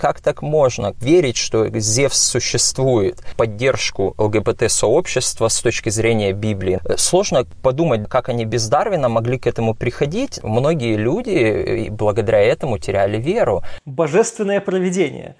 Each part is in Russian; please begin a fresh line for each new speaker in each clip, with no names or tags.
как так можно верить, что Зевс существует, поддержку ЛГБТ-сообщества с точки зрения Библии. Сложно подумать, как они без Дарвина могли к этому приходить. Многие люди благодаря этому теряли веру.
Божественное провидение.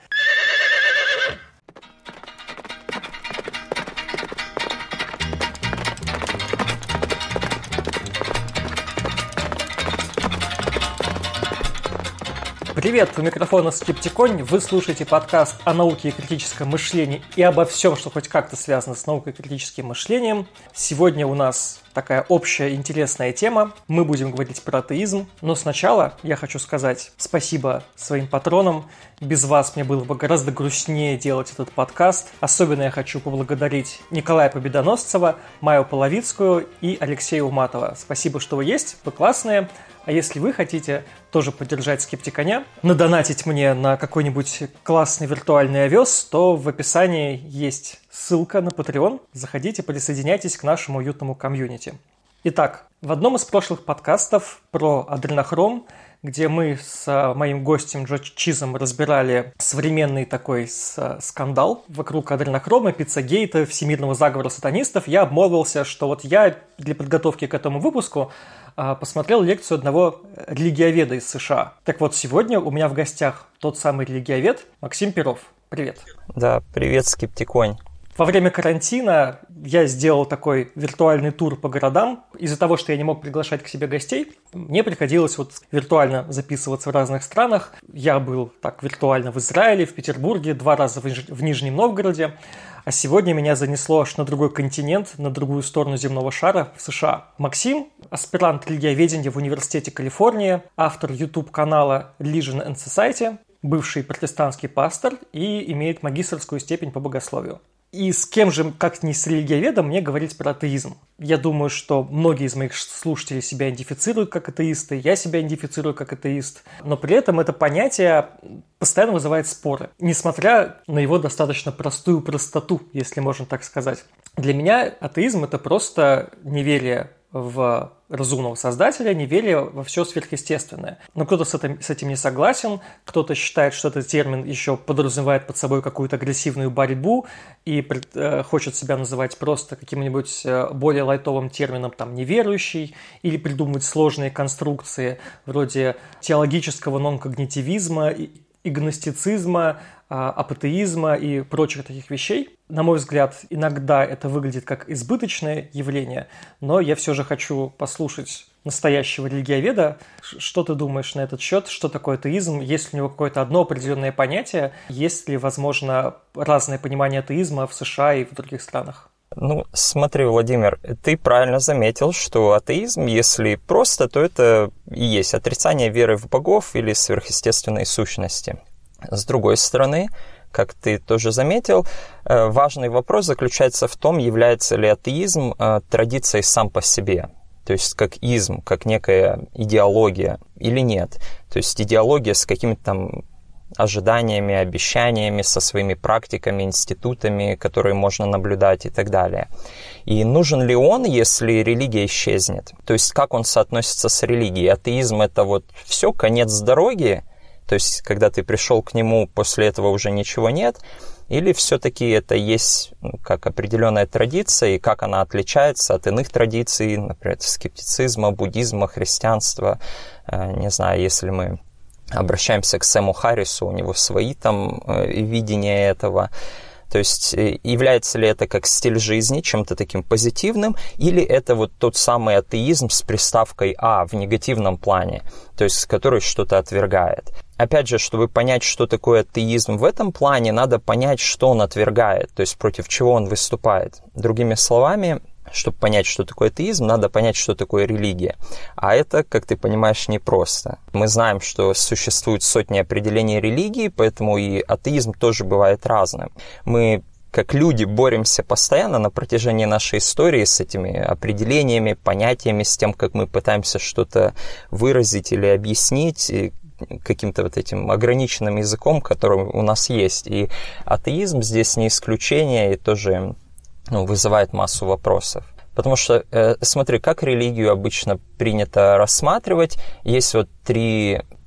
Привет, у микрофона Скептиконь. Вы слушаете подкаст о науке и критическом мышлении и обо всем, что хоть как-то связано с наукой и критическим мышлением. Сегодня у нас такая общая интересная тема. Мы будем говорить про атеизм. Но сначала я хочу сказать спасибо своим патронам. Без вас мне было бы гораздо грустнее делать этот подкаст. Особенно я хочу поблагодарить Николая Победоносцева, Майю Половицкую и Алексея Уматова. Спасибо, что вы есть, вы классные. А если вы хотите тоже поддержать Скептиконя, надонатить мне на какой-нибудь классный виртуальный овес, то в описании есть ссылка на Patreon. Заходите, присоединяйтесь к нашему уютному комьюнити. Итак, в одном из прошлых подкастов про адренохром, где мы с моим гостем Джо Чизом разбирали современный такой скандал вокруг адренохрома, пиццагейта, всемирного заговора сатанистов, я обмолвился, что вот я для подготовки к этому выпуску посмотрел лекцию одного религиоведа из США. Так вот, сегодня у меня в гостях тот самый религиовед Максим Перов. Привет.
Да, привет, Скептиконь.
Во время карантина я сделал такой виртуальный тур по городам. Из-за того, что я не мог приглашать к себе гостей, мне приходилось вот виртуально записываться в разных странах. Я был так виртуально в Израиле, в Петербурге, 2 раза в Нижнем Новгороде. А сегодня меня занесло аж на другой континент, на другую сторону земного шара, в США. Максим – аспирант религиоведения в Университете Калифорнии, автор YouTube-канала Religion and Society, бывший протестантский пастор и имеет магистерскую степень по богословию. И с кем же, как не с религиоведом, мне говорить про атеизм? Я думаю, что многие из моих слушателей себя идентифицируют как атеисты, я себя идентифицирую как атеист, но при этом это понятие постоянно вызывает споры, несмотря на его достаточно простую простоту, если можно так сказать. Для меня атеизм – это просто неверие в разумного создателя, неверие во все сверхъестественное. Но кто-то с этим не согласен, кто-то считает, что этот термин еще подразумевает под собой какую-то агрессивную борьбу и хочет себя называть просто каким-нибудь более лайтовым термином, там, неверующий, или придумывать сложные конструкции вроде теологического нон-когнитивизма, игностицизма, апатеизма и прочих таких вещей. На мой взгляд, иногда это выглядит как избыточное явление, но я все же хочу послушать настоящего религиоведа. Что ты думаешь на этот счет? Что такое атеизм? Есть ли у него какое-то одно определенное понятие? Есть ли, возможно, разное понимание атеизма в США и в других странах?
Ну, смотри, Владимир, ты правильно заметил, что атеизм, если просто, то это и есть отрицание веры в богов или сверхъестественной сущности. С другой стороны, как ты тоже заметил, важный вопрос заключается в том, является ли атеизм традицией сам по себе, то есть как изм, как некая идеология или нет. То есть идеология с какими-то там ожиданиями, обещаниями, со своими практиками, институтами, которые можно наблюдать и так далее. И нужен ли он, если религия исчезнет? То есть как он соотносится с религией? Атеизм – это вот все, конец дороги, то есть когда ты пришел к нему, после этого уже ничего нет, или все-таки это есть как определенная традиция, и как она отличается от иных традиций, например, скептицизма, буддизма, христианства, не знаю, если мы обращаемся к Сэму Харрису, у него свои там видения этого. То есть является ли это как стиль жизни, чем-то таким позитивным, или это вот тот самый атеизм с приставкой «а» в негативном плане, то есть который что-то отвергает. Опять же, чтобы понять, что такое атеизм в этом плане, надо понять, что он отвергает, то есть против чего он выступает. Другими словами, чтобы понять, что такое атеизм, надо понять, что такое религия. А это, как ты понимаешь, непросто. Мы знаем, что существует сотни определений религии, поэтому и атеизм тоже бывает разным. Мы, как люди, боремся постоянно на протяжении нашей истории с этими определениями, понятиями, с тем, как мы пытаемся что-то выразить или объяснить, каким-то вот этим ограниченным языком, который у нас есть. И атеизм здесь не исключение и тоже вызывает массу вопросов. Потому что, смотри, как религию обычно принято рассматривать, есть вот 3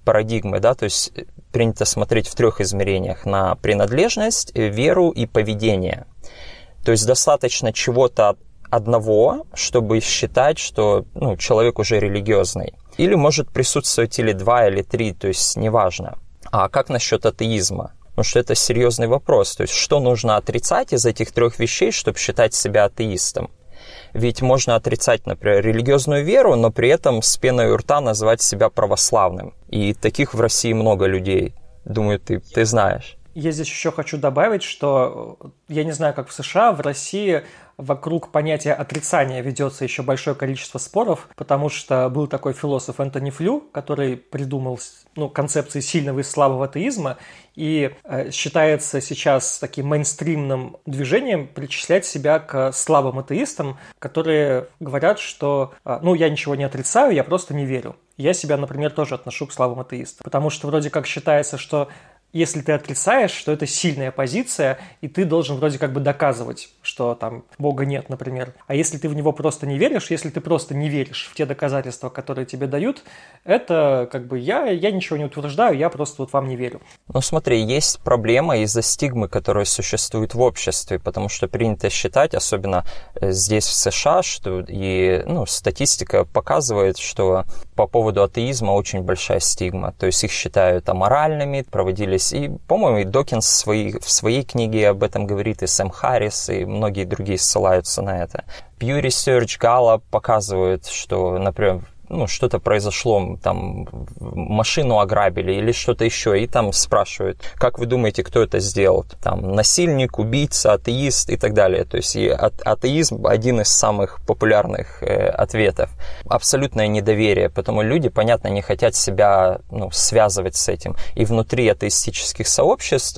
парадигмы, да, то есть принято смотреть в 3 измерениях: на принадлежность, веру и поведение. То есть достаточно чего-то одного, чтобы считать, что человек уже религиозный. Или может присутствовать или 2, или 3, то есть неважно. А как насчет атеизма? Потому что это серьезный вопрос. То есть что нужно отрицать из этих 3 вещей, чтобы считать себя атеистом? Ведь можно отрицать, например, религиозную веру, но при этом с пеной у рта называть себя православным. И таких в России много людей. Думаю, ты знаешь.
Я здесь еще хочу добавить, что я не знаю, как в США, в России вокруг понятия отрицания ведется еще большое количество споров, потому что был такой философ Энтони Флю, который придумал концепции сильного и слабого атеизма, и считается сейчас таким мейнстримным движением причислять себя к слабым атеистам, которые говорят, что я ничего не отрицаю, я просто не верю. Я себя, например, тоже отношу к слабым атеистам, потому что вроде как считается, что если ты отрицаешь, что это сильная позиция, и ты должен вроде как бы доказывать, что там Бога нет, например. А если ты в него просто не веришь, если ты просто не веришь в те доказательства, которые тебе дают, это как бы я ничего не утверждаю, я просто вот вам не верю.
Смотри, есть проблема из-за стигмы, которая существует в обществе, потому что принято считать, особенно здесь в США, что статистика показывает, что по поводу атеизма очень большая стигма. То есть их считают аморальными, проводились. И, по-моему, и Докинс в своей книге об этом говорит, и Сэм Харрис, и многие другие ссылаются на это. Pew Research, Gallup показывают, что, например, что-то произошло, там, машину ограбили или что-то еще, и там спрашивают, как вы думаете, кто это сделал? Там, насильник, убийца, атеист и так далее. То есть и атеизм один из самых популярных ответов. Абсолютное недоверие, потому люди, понятно, не хотят себя связывать с этим. И внутри атеистических сообществ,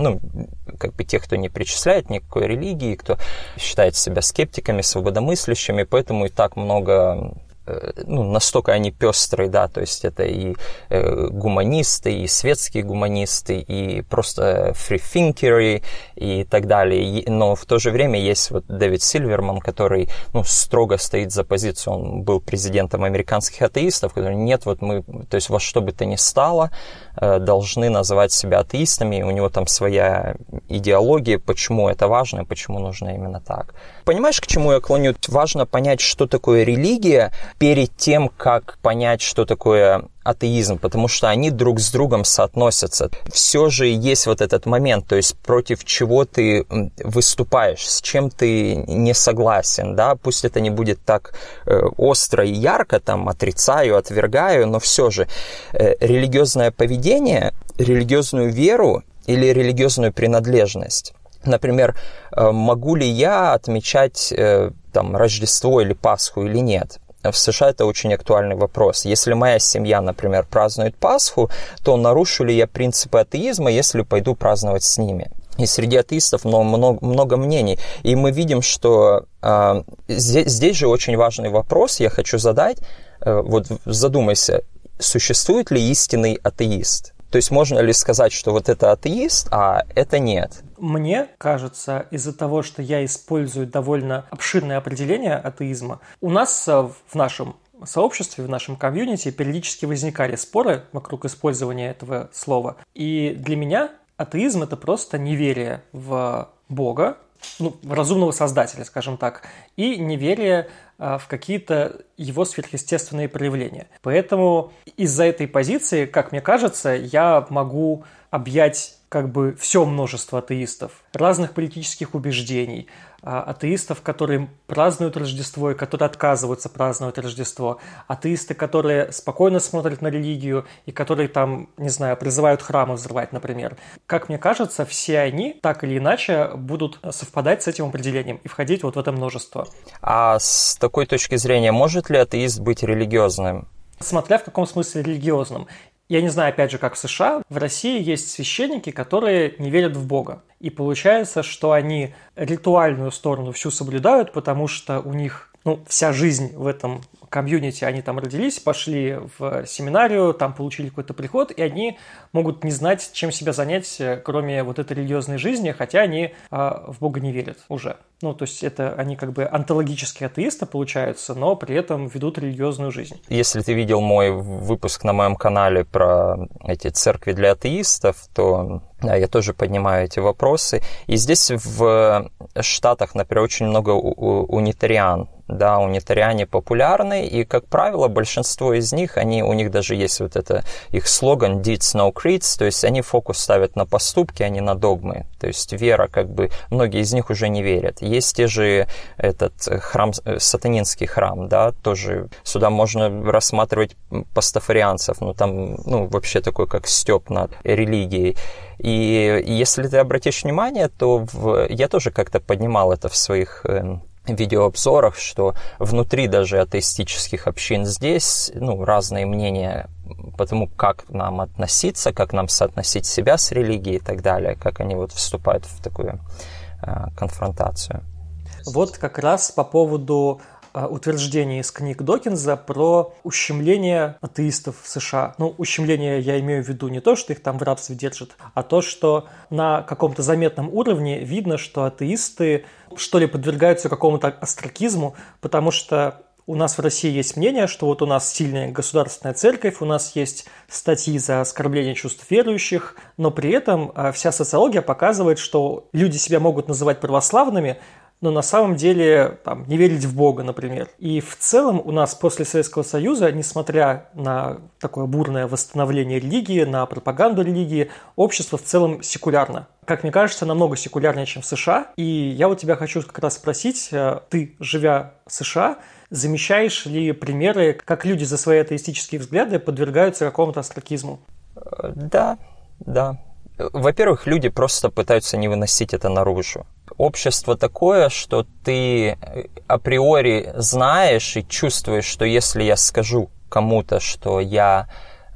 как бы тех, кто не причисляет никакой религии, кто считает себя скептиками, свободомыслящими, поэтому и так много... настолько они пестрые, да, то есть это и гуманисты, и светские гуманисты, и просто фритинкеры и так далее. Но в то же время есть вот Дэвид Сильверман, который строго стоит за позицию, он был президентом американских атеистов, который нет, вот мы, то есть во что бы то ни стало, должны называть себя атеистами, у него там своя идеология, почему это важно, почему нужно именно так. Понимаешь, к чему я клоню? Важно понять, что такое религия, перед тем, как понять, что такое атеизм, потому что они друг с другом соотносятся. Все же есть вот этот момент, то есть против чего ты выступаешь, с чем ты не согласен, да, пусть это не будет так остро и ярко, там, отрицаю, отвергаю, но все же религиозное поведение, религиозную веру или религиозную принадлежность. Например, могу ли я отмечать там, Рождество или Пасху или нет? В США это очень актуальный вопрос. Если моя семья, например, празднует Пасху, то нарушу ли я принципы атеизма, если пойду праздновать с ними? И среди атеистов много мнений. И мы видим, что здесь же очень важный вопрос, я хочу задать. Вот задумайся, существует ли истинный атеист? То есть можно ли сказать, что вот это атеист, а это нет?
Мне кажется, из-за того, что я использую довольно обширное определение атеизма, у нас в нашем сообществе, в нашем комьюнити периодически возникали споры вокруг использования этого слова. И для меня атеизм – это просто неверие в Бога, в разумного создателя, скажем так, и неверие в какие-то его сверхъестественные проявления. Поэтому из-за этой позиции, как мне кажется, я могу объять как бы все множество атеистов, разных политических убеждений, атеистов, которые празднуют Рождество и которые отказываются праздновать Рождество, атеисты, которые спокойно смотрят на религию и которые там, не знаю, призывают храмы взрывать, например. Как мне кажется, все они так или иначе будут совпадать с этим определением и входить вот в это множество.
А с такой точки зрения, может ли атеист быть религиозным?
Смотря в каком смысле религиозным. Я не знаю, опять же, как в США, в России есть священники, которые не верят в Бога. И получается, что они ритуальную сторону всю соблюдают, потому что у них вся жизнь в этом комьюнити, они там родились, пошли в семинарию, там получили какой-то приход, и они могут не знать, чем себя занять, кроме вот этой религиозной жизни, хотя они в Бога не верят уже. Ну, то есть это они как бы онтологические атеисты, получаются, но при этом ведут религиозную жизнь.
Если ты видел мой выпуск на моем канале про эти церкви для атеистов, то да, я тоже поднимаю эти вопросы. И здесь в Штатах, например, очень много унитариан. Да, унитариане популярны, и, как правило, большинство из них, у них даже есть вот это их слоган «Deeds no creeds», то есть они фокус ставят на поступки, а не на догмы. То есть вера, как бы, многие из них уже не верят. Есть те же этот храм, сатанинский храм, да, тоже сюда можно рассматривать пастафарианцев, там, вообще такой, как стёб над религией. И если ты обратишь внимание, то я тоже как-то поднимал это в своих видеообзорах, что внутри даже атеистических общин здесь разные мнения по тому, как нам относиться, как нам соотносить себя с религией и так далее, как они вступают в такую конфронтацию.
Вот как раз по поводу утверждение из книг Докинза про ущемление атеистов в США. Ущемление я имею в виду не то, что их там в рабстве держат, а то, что на каком-то заметном уровне видно, что атеисты, что ли, подвергаются какому-то остракизму, потому что у нас в России есть мнение, что вот у нас сильная государственная церковь, у нас есть статьи за оскорбление чувств верующих, но при этом вся социология показывает, что люди себя могут называть православными, но на самом деле не верить в Бога, например. И в целом у нас после Советского Союза, несмотря на такое бурное восстановление религии, на пропаганду религии, общество в целом секулярно. Как мне кажется, намного секулярнее, чем в США. И я тебя хочу как раз спросить, ты, живя в США, замечаешь ли примеры, как люди за свои атеистические взгляды подвергаются какому-то остракизму?
Да. Во-первых, люди просто пытаются не выносить это наружу. Общество такое, что ты априори знаешь и чувствуешь, что если я скажу кому-то, что я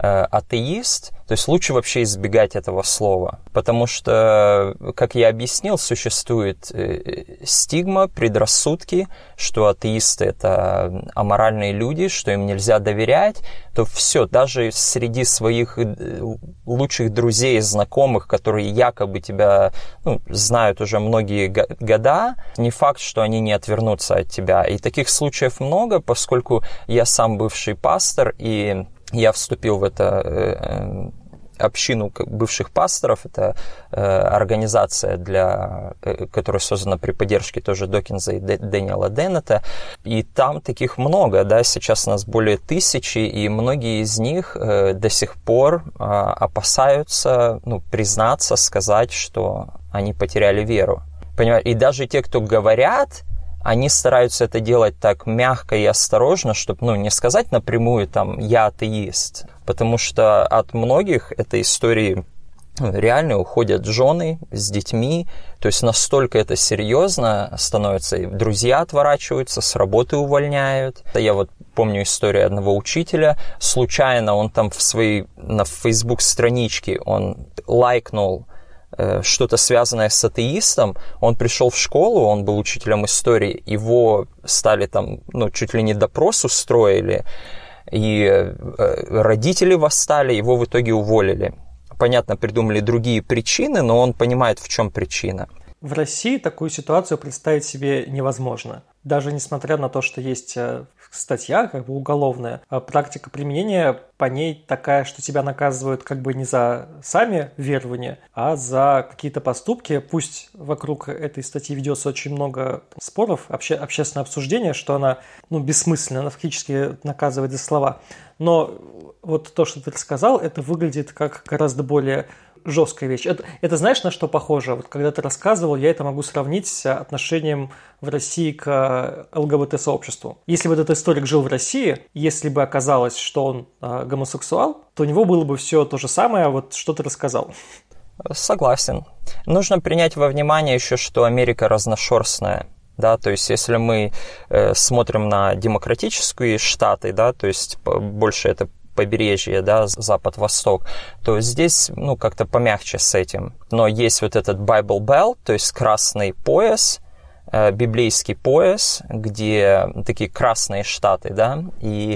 атеист, то есть лучше вообще избегать этого слова. Потому что, как я объяснил, существует стигма, предрассудки, что атеисты — это аморальные люди, что им нельзя доверять, то все, даже среди своих лучших друзей, знакомых, которые якобы тебя знают уже многие года, не факт, что они не отвернутся от тебя. И таких случаев много, поскольку я сам бывший пастор, и я вступил в это общину бывших пасторов. Это организация, которая создана при поддержке тоже Докинза и Дэниела Деннета. И там таких много, да, сейчас нас более 1000, и многие из них до сих пор опасаются признаться, сказать, что они потеряли веру. Понимаете? И даже те, кто говорят, они стараются это делать так мягко и осторожно, чтобы, не сказать напрямую, я атеист. Потому что от многих этой истории реально уходят жены с детьми. То есть настолько это серьезно становится. И друзья отворачиваются, с работы увольняют. Я помню историю одного учителя. Случайно он на Facebook-страничке он лайкнул что-то связанное с атеистом, он пришел в школу, он был учителем истории, его стали чуть ли не допрос устроили, и родители восстали, его в итоге уволили. Понятно, придумали другие причины, но он понимает, в чем причина.
В России такую ситуацию представить себе невозможно. Даже несмотря на то, что есть статья уголовная, практика применения по ней такая, что тебя наказывают не за сами верования, а за какие-то поступки. Пусть вокруг этой статьи ведется очень много споров, общественное обсуждение, что она бессмысленна, она фактически наказывает за слова. Но вот то, что ты рассказал, это выглядит как гораздо более жесткая вещь. Это знаешь, на что похоже? Когда ты рассказывал, я это могу сравнить с отношением в России к ЛГБТ-сообществу. Если бы этот историк жил в России, если бы оказалось, что он гомосексуал, то у него было бы все то же самое, что ты рассказал.
Согласен. Нужно принять во внимание еще, что Америка разношерстная. Да, то есть, если мы смотрим на демократические штаты, да, то есть больше это побережье, да, запад-восток, то здесь, как-то помягче с этим. Но есть этот Bible Belt, то есть красный пояс, библейский пояс, где такие красные штаты, да, и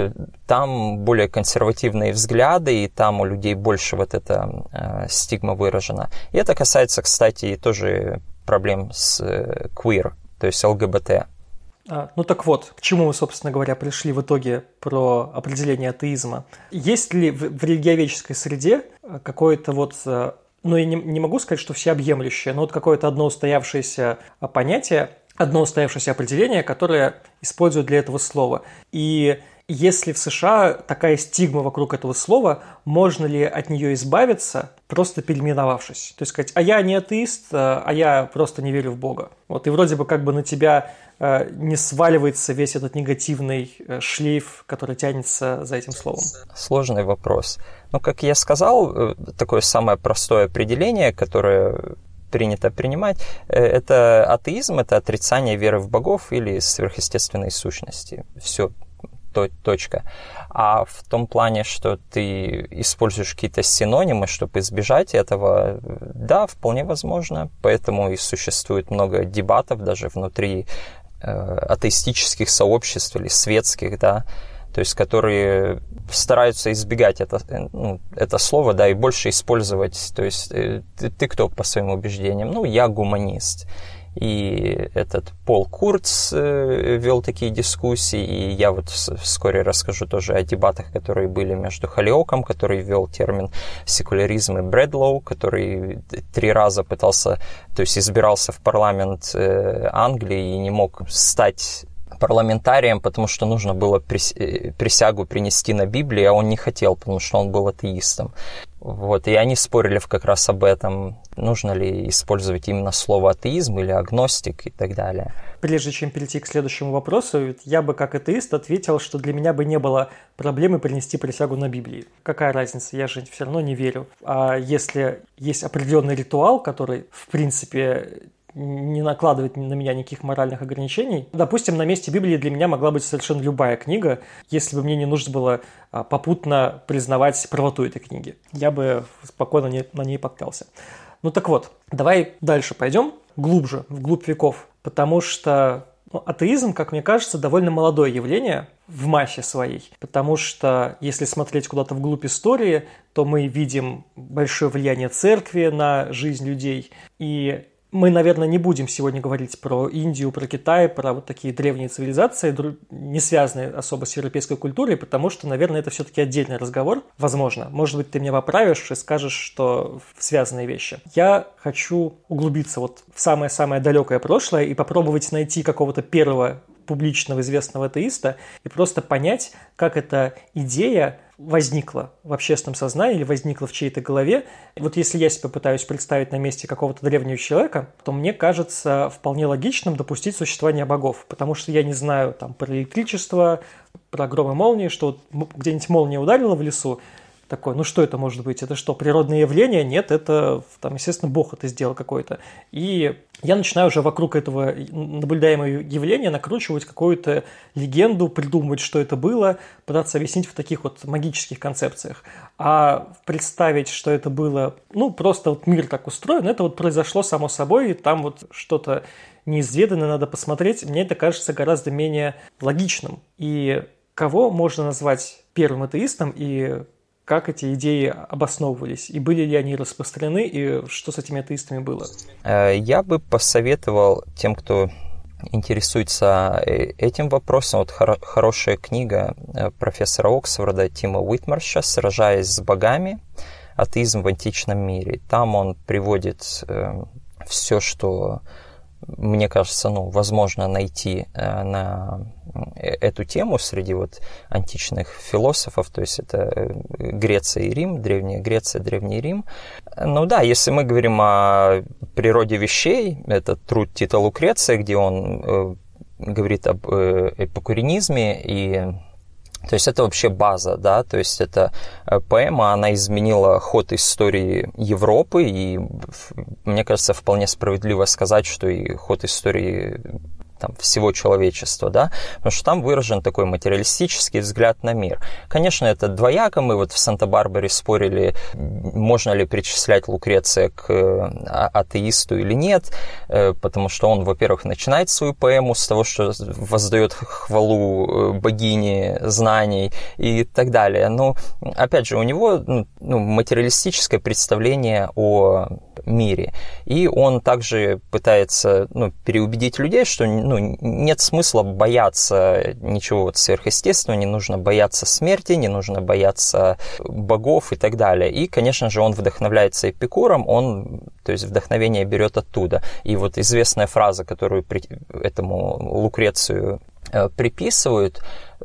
там более консервативные взгляды, и там у людей больше эта стигма выражена. И это касается, кстати, тоже проблем с queer, то есть ЛГБТ.
Ну так вот, к чему мы, собственно говоря, пришли в итоге про определение атеизма. Есть ли в религиоведческой среде какое-то вот, ну я не могу сказать, что всеобъемлющее, но вот какое-то одно устоявшееся понятие, одно устоявшееся определение, которое используют для этого слова. И если в США такая стигма вокруг этого слова, можно ли от нее избавиться, просто переименовавшись? То есть сказать, а я не атеист, а я просто не верю в Бога. Вот, и вроде бы как бы на тебя не сваливается весь этот негативный шлейф, который тянется за этим словом.
Сложный вопрос. Ну, как я сказал, такое самое простое определение, которое принято принимать, это атеизм, это отрицание веры в богов или сверхъестественной сущности. Все. Точка. А в том плане, что ты используешь какие-то синонимы, чтобы избежать этого, да, вполне возможно. Поэтому и существует много дебатов даже внутри атеистических сообществ или светских, да, то есть которые стараются избегать это слово, да, и больше использовать, то есть ты кто по своим убеждениям? Ну, я гуманист. И этот Пол Курц вел такие дискуссии, и я вот вскоре расскажу тоже о дебатах, которые были между Холиоком, который ввел термин секуляризм, и Брэдлоу, который 3 раза пытался, то есть избирался в парламент Англии и не мог стать парламентарием, потому что нужно было присягу принести на Библии, а он не хотел, потому что он был атеистом. Вот, и они спорили как раз об этом, нужно ли использовать именно слово атеизм или агностик и так далее.
Прежде чем перейти к следующему вопросу, я бы как атеист ответил, что для меня бы не было проблемы принести присягу на Библии. Какая разница, я же все равно не верю. А если есть определенный ритуал, который, в принципе, не накладывает на меня никаких моральных ограничений. Допустим, на месте Библии для меня могла быть совершенно любая книга, если бы мне не нужно было попутно признавать правоту этой книги. Я бы спокойно на ней поклялся. Ну так вот, давай дальше пойдем, глубже, вглубь веков, потому что атеизм, как мне кажется, довольно молодое явление в массе своей, потому что если смотреть куда-то вглубь истории, то мы видим большое влияние церкви на жизнь людей, и мы, наверное, не будем сегодня говорить про Индию, про Китай, про вот такие древние цивилизации, не связанные особо с европейской культурой, потому что, наверное, это все-таки отдельный разговор. Возможно. Может быть, ты меня поправишь и скажешь, что связанные вещи. Я хочу углубиться вот в самое-самое далекое прошлое и попробовать найти какого-то первого публичного известного атеиста и просто понять, как эта идея возникла в общественном сознании или возникла в чьей-то голове. Вот если я себя пытаюсь представить на месте какого-то древнего человека, то мне кажется вполне логичным допустить существование богов, потому что я не знаю там про электричество, про громы молнии, что где-нибудь молния ударила в лесу, такое, ну что это может быть? Это что, природное явление? Нет, это, там, естественно, Бог это сделал какой-то. И я начинаю уже вокруг этого наблюдаемого явления накручивать какую-то легенду, придумывать, что это было, пытаться объяснить в таких вот магических концепциях. А представить, что это было, ну, просто вот мир так устроен, это вот произошло само собой, и там вот что-то неизведанное надо посмотреть, мне это кажется гораздо менее логичным. И кого можно назвать первым атеистом, и как эти идеи обосновывались, и были ли они распространены, и что с этими атеистами было?
Я бы посоветовал тем, кто интересуется этим вопросом, вот хорошая книга профессора Оксфорда Тима Уитмарша «Сражаясь с богами. Атеизм в античном мире». Там он приводит все, что, мне кажется, возможно найти на эту тему среди вот античных философов, то есть это Греция и Рим, Древняя Греция, Древний Рим. Ну да, если мы говорим о природе вещей, это труд Тита Лукреция, где он говорит об эпикуренизме, и то есть это вообще база, да, то есть эта поэма, она изменила ход истории Европы, и мне кажется, вполне справедливо сказать, что и ход истории там, всего человечества, да, потому что там выражен такой материалистический взгляд на мир. Конечно, это двояко, мы вот в Санта-Барбаре спорили, можно ли причислять Лукреция к атеисту или нет, потому что он, во-первых, начинает свою поэму с того, что воздает хвалу богине знаний и так далее. Но, опять же, у него материалистическое представление о мире. И он также пытается переубедить людей, что нет смысла бояться ничего сверхъестественного, не нужно бояться смерти, не нужно бояться богов и так далее. И, конечно же, он вдохновляется Эпикуром, то есть вдохновение берет оттуда. И вот известная фраза, которую этому Лукрецию приписывают,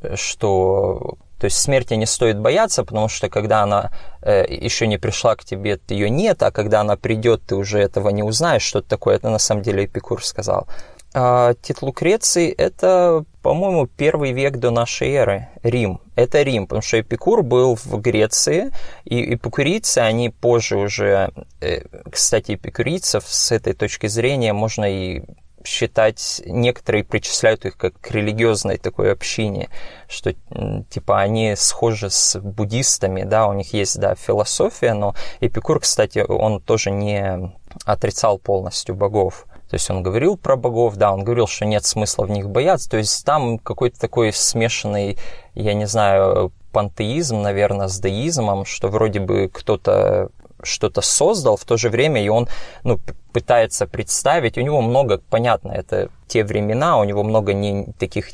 что то есть смерти не стоит бояться, потому что когда она еще не пришла к тебе, ее нет, а когда она придет, ты уже этого не узнаешь, что это такое. Это на самом деле Эпикур сказал. А Тит Лукреций – это, по-моему, 1 век до нашей эры, Рим. Это Рим, потому что Эпикур был в Греции, и эпикурийцы, они позже уже, кстати, эпикурийцев с этой точки зрения можно и считать, некоторые причисляют их как к религиозной такой общине, что типа они схожи с буддистами, да, у них есть, да, философия, но Эпикур, кстати, он тоже не отрицал полностью богов. То есть он говорил про богов, да, он говорил, что нет смысла в них бояться, то есть там какой-то такой смешанный, я не знаю, пантеизм, наверное, с деизмом, что вроде бы кто-то что-то создал, в то же время и он пытается представить, у него много, понятно, это те времена, у него много таких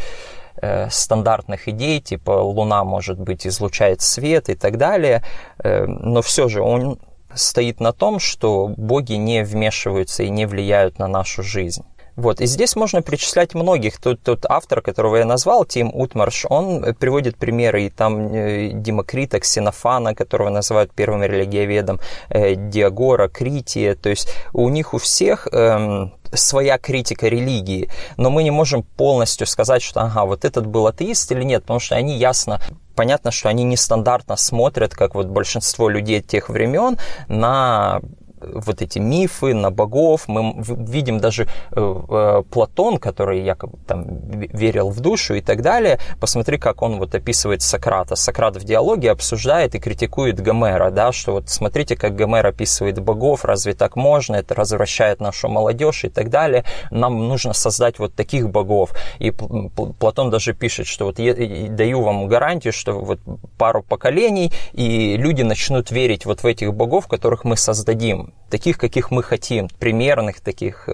стандартных идей, типа Луна, может быть, излучает свет и так далее, но все же он стоит на том, что боги не вмешиваются и не влияют на нашу жизнь. Вот. И здесь можно причислять многих. Тот автор, которого я назвал, Тим Утмарш, он приводит примеры, и там Демокрита, Ксенофана, которого называют первым религиоведом, Диагора, Крития. То есть у них у всех своя критика религии, но мы не можем полностью сказать, что вот этот был атеист или нет, потому что они понятно, что они нестандартно смотрят, как вот большинство людей тех времен, на вот эти мифы, на богов. Мы видим даже Платон, который якобы там верил в душу и так далее. Посмотри, как он вот описывает Сократа. Сократ в диалоге обсуждает и критикует Гомера, да, что вот смотрите, как Гомер описывает богов, разве так можно, это развращает нашу молодежь и так далее. Нам нужно создать вот таких богов. И Платон даже пишет, что вот я даю вам гарантию, что вот пару поколений, и люди начнут верить вот в этих богов, которых мы создадим. Таких, каких мы хотим, примерных таких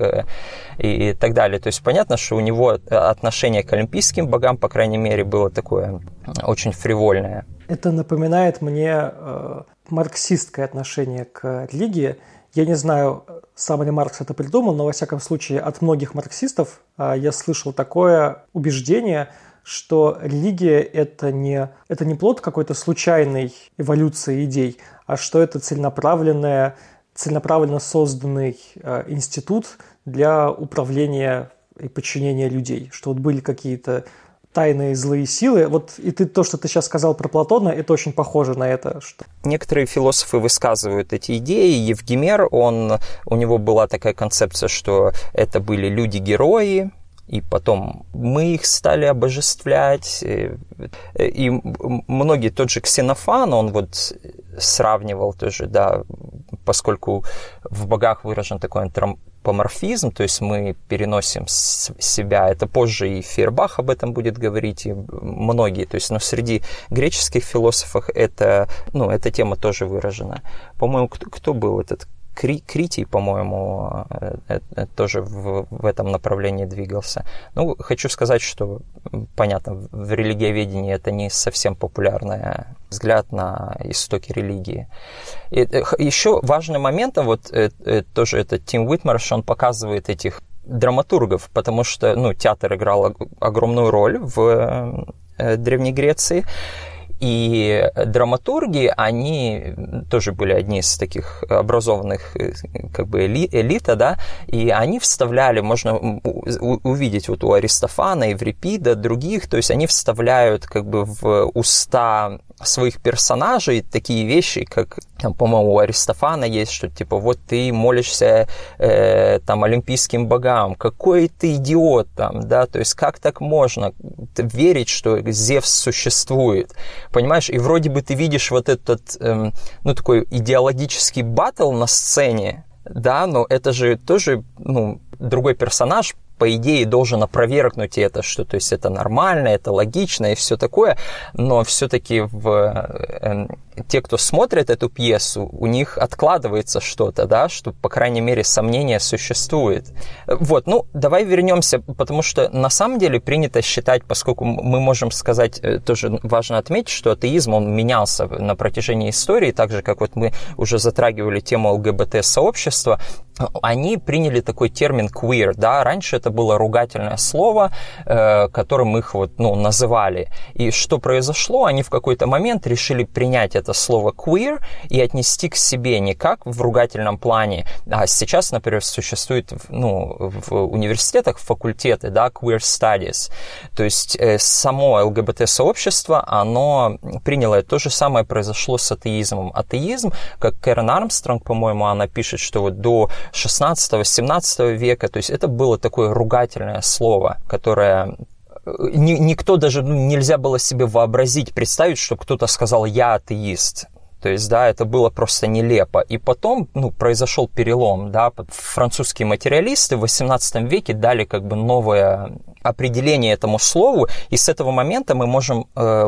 и так далее. То есть понятно, что у него отношение к олимпийским богам, по крайней мере, было такое очень фривольное.
Это напоминает мне марксистское отношение к религии. Я не знаю, сам ли Маркс это придумал, но, во всяком случае, от многих марксистов я слышал такое убеждение, что религия – это не плод какой-то случайной эволюции идей, а что это целенаправленно созданный институт для управления и подчинения людей, что вот были какие-то тайные злые силы. Вот и то, что ты сейчас сказал про Платона, это очень похоже на это.
Некоторые философы высказывают эти идеи. Евгемер, у него была такая концепция, что это были люди-герои, и потом мы их стали обожествлять. И многие, тот же Ксенофан, он вот сравнивал тоже, да, поскольку в богах выражен такой антропоморфизм, то есть мы переносим себя, это позже и Фейербах об этом будет говорить, и многие, то есть, но среди греческих философов эта тема тоже выражена. По-моему, кто был этот Критий, по-моему, тоже в этом направлении двигался. Хочу сказать, что, понятно, в религиоведении это не совсем популярный взгляд на истоки религии. И еще важным моментом, тоже этот Тим Уитмарш, он показывает этих драматургов, потому что, театр играл огромную роль в Древней Греции. И драматурги, они тоже были одни из таких образованных, как бы элита, да, и они вставляли, можно увидеть вот у Аристофана, Еврипида, других, то есть они вставляют как бы в уста своих персонажей такие вещи, как, там, по-моему, у Аристофана есть, что типа вот ты молишься там олимпийским богам, какой ты идиот там, да, то есть как так можно верить, что Зевс существует, понимаешь, и вроде бы ты видишь вот этот, ну, такой идеологический баттл на сцене, да, но это же тоже, ну, другой персонаж, по идее, должен опровергнуть это, что, то есть, это нормально, это логично и все такое, но все-таки те, кто смотрит эту пьесу, у них откладывается что-то, да, что, по крайней мере, сомнение существует. Вот, ну, давай вернемся, потому что на самом деле принято считать, поскольку мы можем сказать, тоже важно отметить, что атеизм, он менялся на протяжении истории, так же, как вот мы уже затрагивали тему ЛГБТ-сообщества, они приняли такой термин queer, да, раньше это было ругательное слово, которым их вот, ну, называли. И что произошло? Они в какой-то момент решили принять это слово queer и отнести к себе не как в ругательном плане, а сейчас, например, существует, ну, в университетах факультеты, да, queer studies. То есть само ЛГБТ-сообщество, оно приняло, то же самое произошло с атеизмом. Атеизм, как Кэрен Армстронг, по-моему, она пишет, что вот до 16-17 века, то есть это было такое ругательное слово, которое никто даже, ну, нельзя было себе вообразить, представить, что кто-то сказал «я атеист». То есть, да, это было просто нелепо. И потом, ну, произошел перелом, да, французские материалисты в XVIII веке дали как бы новое определение этому слову, и с этого момента мы можем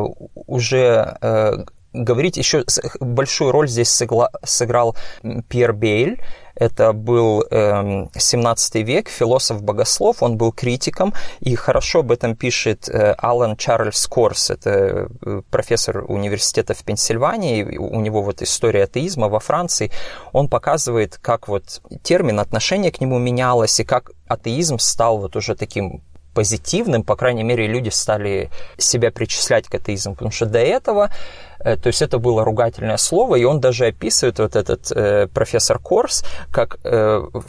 уже говорить, еще большую роль здесь сыграл Пьер Бейль. Это был 17 век, философ-богослов, он был критиком, и хорошо об этом пишет Алан Чарльз Корс, это профессор университета в Пенсильвании, у него вот история атеизма во Франции, он показывает, как вот термин, отношение к нему менялось, и как атеизм стал вот уже таким позитивным, по крайней мере, люди стали себя причислять к атеизму, потому что до этого, то есть это было ругательное слово, и он даже описывает, вот этот профессор Корс, как в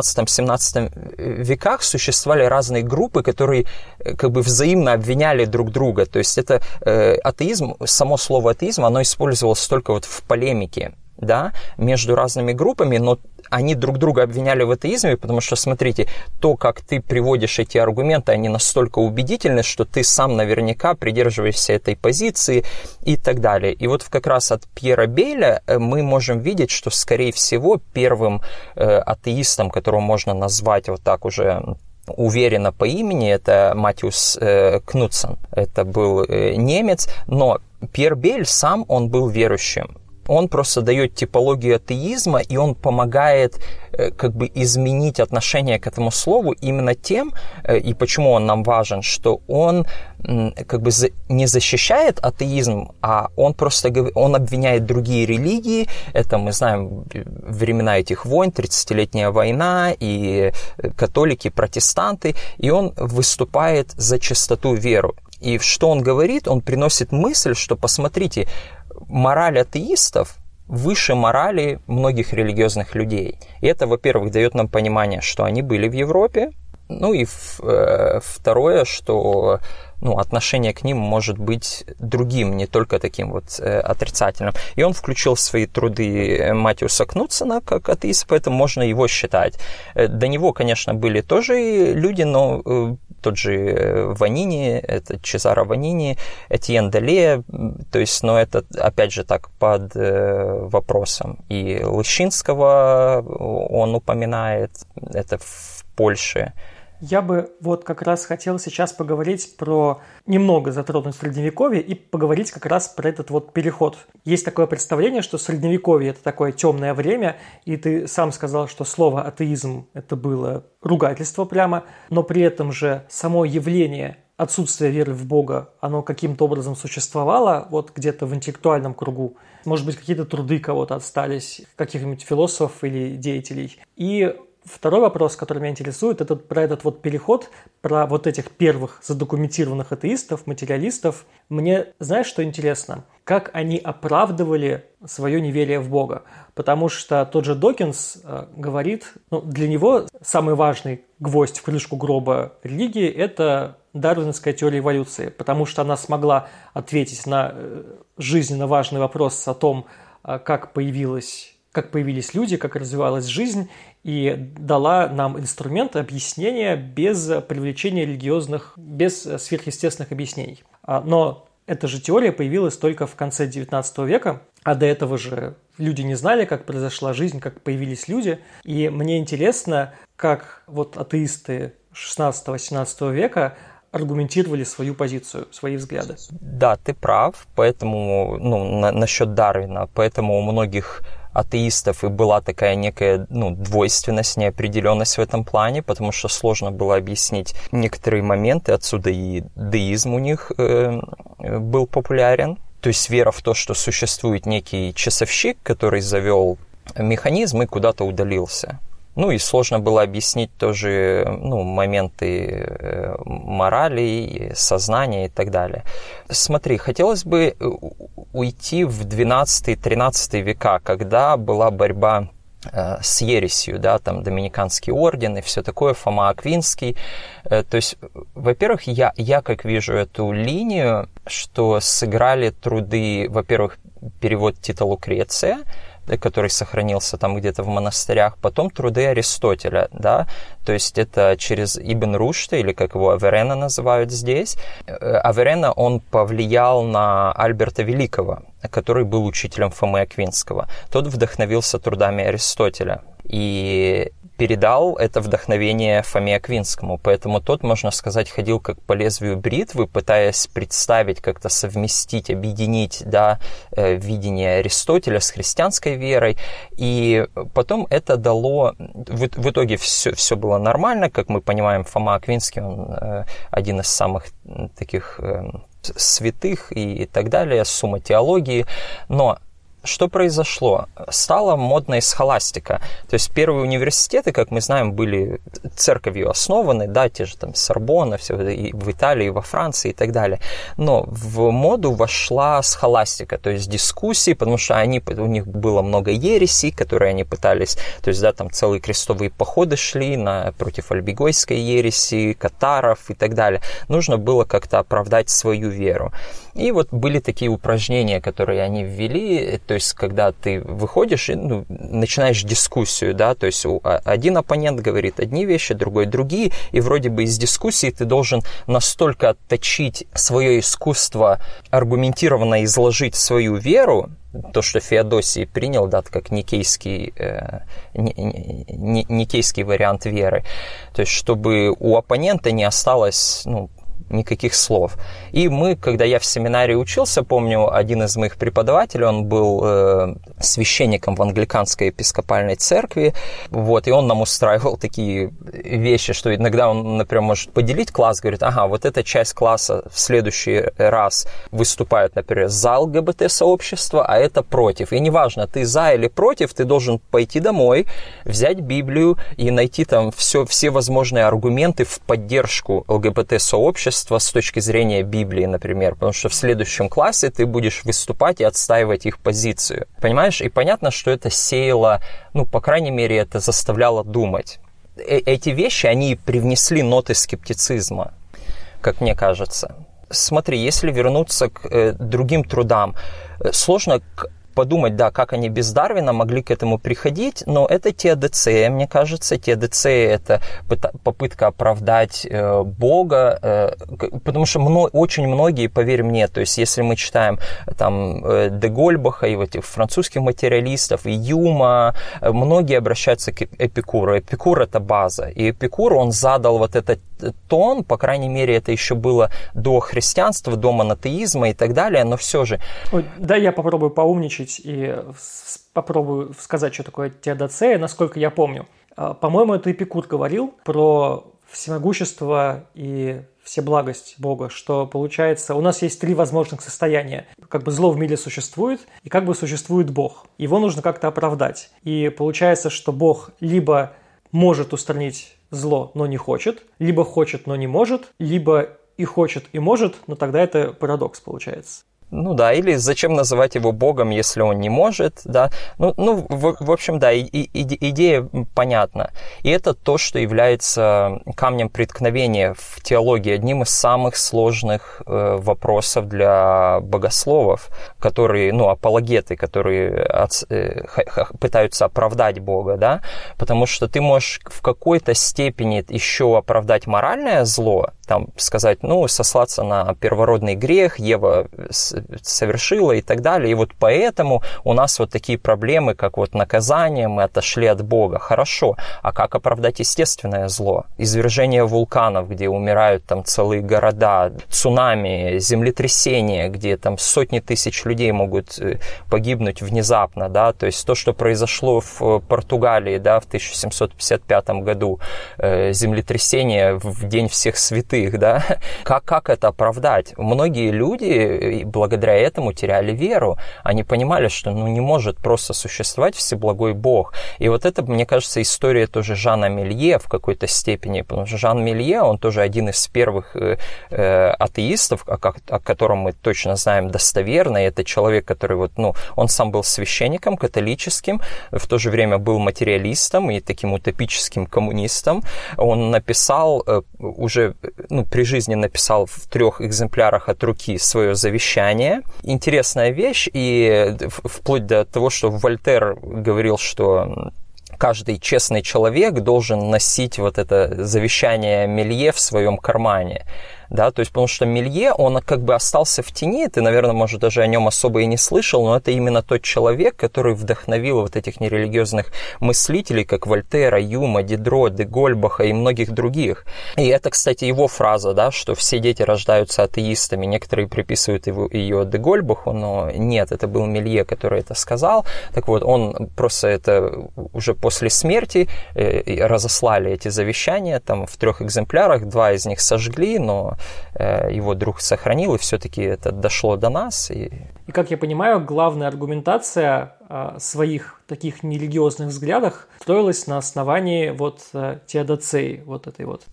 16-17 веках существовали разные группы, которые как бы взаимно обвиняли друг друга, то есть это атеизм, само слово атеизм, оно использовалось только вот в полемике, да, между разными группами, но они друг друга обвиняли в атеизме, потому что, смотрите, то, как ты приводишь эти аргументы, они настолько убедительны, что ты сам наверняка придерживаешься этой позиции и так далее. И вот как раз от Пьера Бейля мы можем видеть, что, скорее всего, первым атеистом, которого можно назвать вот так уже уверенно по имени, это Матиус Кнутсон. Это был немец, но Пьер Бейль сам, он был верующим. Он просто дает типологию атеизма, и он помогает как бы изменить отношение к этому слову именно тем, и почему он нам важен, что он как бы не защищает атеизм, а он просто он обвиняет другие религии. Это мы знаем времена этих войн, 30-летняя война, и католики, протестанты, и он выступает за чистоту веры. И что он говорит? Он приносит мысль, что, посмотрите, мораль атеистов выше морали многих религиозных людей. И это, во-первых, дает нам понимание, что они были в Европе. Ну и второе, что отношение к ним может быть другим, не только таким вот отрицательным. И он включил в свои труды Матиуса Кнутсона как атеист, поэтому можно его считать. До него, конечно, были тоже люди, но тот же Ванини, это Чезаро Ванини, Этьен Дале, то есть, но это, опять же, так под вопросом. И Лыщинского он упоминает, это в Польше.
Я бы вот как раз хотел сейчас поговорить про, немного затронуть Средневековье и поговорить как раз про этот вот переход. Есть такое представление, что Средневековье – это такое темное время, и ты сам сказал, что слово атеизм – это было ругательство прямо, но при этом же само явление отсутствия веры в Бога, оно каким-то образом существовало вот где-то в интеллектуальном кругу. Может быть, какие-то труды кого-то остались, каких-нибудь философов или деятелей. И Второй вопрос, который меня интересует, это про этот вот переход, про вот этих первых задокументированных атеистов, материалистов. Мне, знаешь, что интересно? Как они оправдывали свое неверие в Бога. Потому что тот же Докинс говорит, для него самый важный гвоздь в крышку гроба религии – это дарвиновская теория эволюции, потому что она смогла ответить на жизненно важный вопрос о том, как появились люди, как развивалась жизнь, и дала нам инструмент объяснения без привлечения без сверхъестественных объяснений. Но эта же теория появилась только в конце XIX века, а до этого же люди не знали, как произошла жизнь, как появились люди. И мне интересно, как вот атеисты XVI-XVII века аргументировали свою позицию, свои взгляды.
Да, ты прав, поэтому, насчет Дарвина, поэтому у многих атеистов и была такая некая двойственность, неопределенность в этом плане, потому что сложно было объяснить некоторые моменты, отсюда и деизм у них был популярен. То есть вера в то, что существует некий часовщик, который завел механизм и куда-то удалился. И сложно было объяснить тоже моменты морали, сознания и так далее. Смотри, хотелось бы уйти в 12-13 века, когда была борьба с ересью, да, там Доминиканский орден и все такое, Фома Аквинский. То есть, во-первых, я как вижу эту линию, что сыграли труды, во-первых, перевод Тита Лукреция, который сохранился там где-то в монастырях, потом труды Аристотеля, да, то есть это через Ибн Рушда, или как его Аверена называют здесь. Аверена, он повлиял на Альберта Великого, который был учителем Фомы Аквинского. Тот вдохновился трудами Аристотеля и передал это вдохновение Фоме Аквинскому. Поэтому тот, можно сказать, ходил как по лезвию бритвы, пытаясь представить, как-то совместить, объединить, да, видение Аристотеля с христианской верой. И потом это дало... В итоге все было нормально. Как мы понимаем, Фома Аквинский, он один из самых таких святых и так далее, сумма теологии. Но что произошло? Стала модной схоластика. То есть первые университеты, как мы знаем, были церковью основаны, да, те же там Сорбонна, все и в Италии, и во Франции и так далее. Но в моду вошла схоластика, то есть дискуссии, потому что у них было много ересей, которые они пытались, то есть, да, там целые крестовые походы шли против альбигойской ереси, катаров и так далее. Нужно было как-то оправдать свою веру. И вот были такие упражнения, которые они ввели, то есть, когда ты выходишь и начинаешь дискуссию, да, то есть один оппонент говорит одни вещи, другой другие, и вроде бы из дискуссии ты должен настолько отточить свое искусство, аргументированно изложить свою веру, то, что Феодосий принял, да, как никейский вариант веры, то есть, чтобы у оппонента не осталось, никаких слов. И когда я в семинарии учился, помню, один из моих преподавателей, он был священником в англиканской епископальной церкви, вот, и он нам устраивал такие вещи, что иногда он, например, может поделить класс, говорит, вот эта часть класса в следующий раз выступает, например, за ЛГБТ-сообщество, а это против. И неважно, ты за или против, ты должен пойти домой, взять Библию и найти там все возможные аргументы в поддержку ЛГБТ-сообщества с точки зрения Библии, например, потому что в следующем классе ты будешь выступать и отстаивать их позицию. Понимаешь? И понятно, что это сеяло, по крайней мере, это заставляло думать. Эти вещи, они привнесли ноты скептицизма, как мне кажется. Смотри, если вернуться к другим трудам, сложно подумать, да, как они без Дарвина могли к этому приходить, но это теодицея, мне кажется. Теодицея – это попытка оправдать Бога, потому что очень многие, поверь мне, то есть если мы читаем там де Гольбаха и этих французских материалистов, и Юма, многие обращаются к Эпикуру. Эпикур – это база, и Эпикур, он задал вот этот тон, по крайней мере, это еще было до христианства, до монотеизма и так далее, но все же...
Да, я попробую поумничать и попробую сказать, что такое теодицея, насколько я помню. По-моему, это Эпикур говорил про всемогущество и всеблагость Бога, что, получается, у нас есть 3 возможных состояния. Как бы зло в мире существует, и как бы существует Бог. Его нужно как-то оправдать. И получается, что Бог либо может устранить зло, но не хочет, либо хочет, но не может, либо и хочет, и может, но тогда это парадокс получается.
Ну да, или зачем называть его Богом, если он не может, да. В общем, да, идея понятна. И это то, что является камнем преткновения в теологии, одним из самых сложных вопросов для богословов, которые, апологеты, которые пытаются оправдать Бога, да, потому что ты можешь в какой-то степени еще оправдать моральное зло, там сказать, сослаться на первородный грех, Ева совершила и так далее. И вот поэтому у нас вот такие проблемы, как вот наказание, мы отошли от Бога. Хорошо. А как оправдать естественное зло? Извержение вулканов, где умирают там целые города, цунами, землетрясения, где там сотни тысяч людей могут погибнуть внезапно, да, то есть то, что произошло в Португалии, да, в 1755 году, землетрясение в День всех святых, да, как это оправдать? Многие люди благодаря этому теряли веру. Они понимали, что не может просто существовать всеблагой Бог. И вот это, мне кажется, история тоже Жана Мелье в какой-то степени, потому что Жан Мелье, он тоже один из первых атеистов, о котором мы точно знаем достоверно. И это человек, который он сам был священником католическим, в то же время был материалистом и таким утопическим коммунистом. Он написал уже, при жизни написал в 3 экземплярах от руки свое завещание. Интересная вещь, и вплоть до того, что Вольтер говорил, что каждый честный человек должен носить вот это завещание Мелье в своем кармане. Да, то есть, потому что Мелье, он как бы остался в тени, ты, наверное, может, даже о нем особо и не слышал, но это именно тот человек, который вдохновил вот этих нерелигиозных мыслителей, как Вольтера, Юма, Дидро, де Гольбаха и многих других. И это, кстати, его фраза, да, что все дети рождаются атеистами, некоторые приписывают ее де Гольбаху, но нет, это был Мелье, который это сказал. Так вот, он просто это уже после смерти разослали эти завещания, там в 3 экземплярах, 2 из них сожгли, но его друг сохранил, и все-таки это дошло до нас. И
как я понимаю, главная аргументация своих таких нерелигиозных взглядах строилась на основании теодицеи, этой вот.